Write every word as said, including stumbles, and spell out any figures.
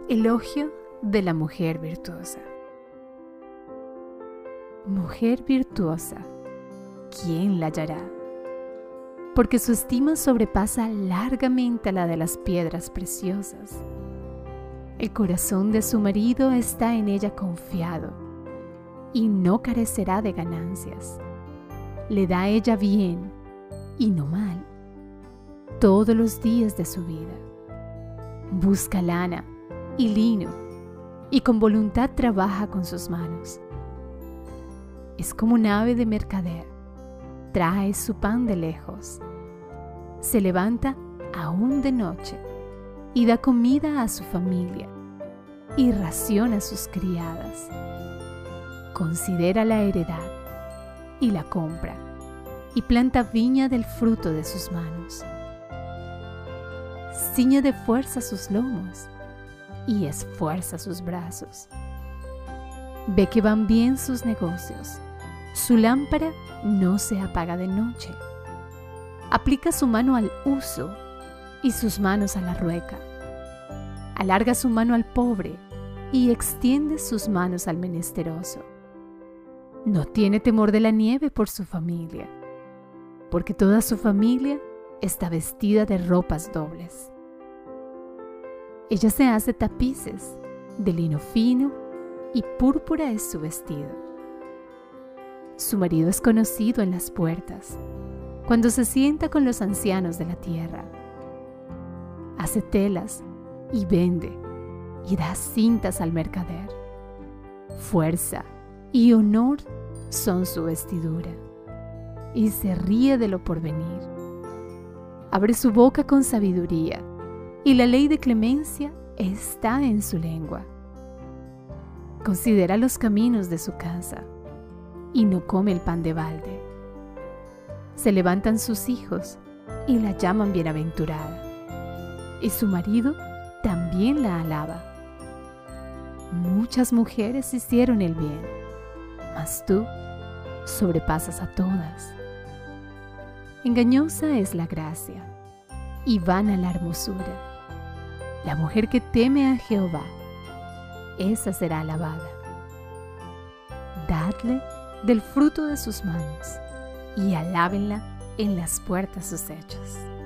Elogio de la mujer virtuosa. Mujer virtuosa, ¿quién la hallará? Porque su estima sobrepasa largamente a la de las piedras preciosas. El corazón de su marido está en ella confiado y no carecerá de ganancias. Le da a ella bien y no mal todos los días de su vida. Busca lana y lino y con voluntad trabaja con sus manos. Es como un ave de mercader, trae su pan de lejos. Se levanta aún de noche y da comida a su familia y raciona a sus criadas. Considera la heredad y la compra y planta viña del fruto de sus manos. Ciñe de fuerza sus lomos y esfuerza sus brazos. Ve que van bien sus negocios. Su lámpara no se apaga de noche. Aplica su mano al uso y sus manos a la rueca. Alarga su mano al pobre y extiende sus manos al menesteroso. No tiene temor de la nieve por su familia, porque toda su familia está vestida de ropas dobles. Ella se hace tapices de lino fino y púrpura es su vestido. Su marido es conocido en las puertas, cuando se sienta con los ancianos de la tierra. Hace telas y vende y da cintas al mercader. Fuerza y honor son su vestidura, y se ríe de lo porvenir. Abre su boca con sabiduría, y la ley de clemencia está en su lengua. Considera los caminos de su casa, y no come el pan de balde. Se levantan sus hijos, y la llaman bienaventurada, y su marido también la alaba. Muchas mujeres hicieron el bien, mas tú sobrepasas a todas. Engañosa es la gracia y vana la hermosura. La mujer que teme a Jehová, esa será alabada. Dadle del fruto de sus manos y alábenla en las puertas sus hechos.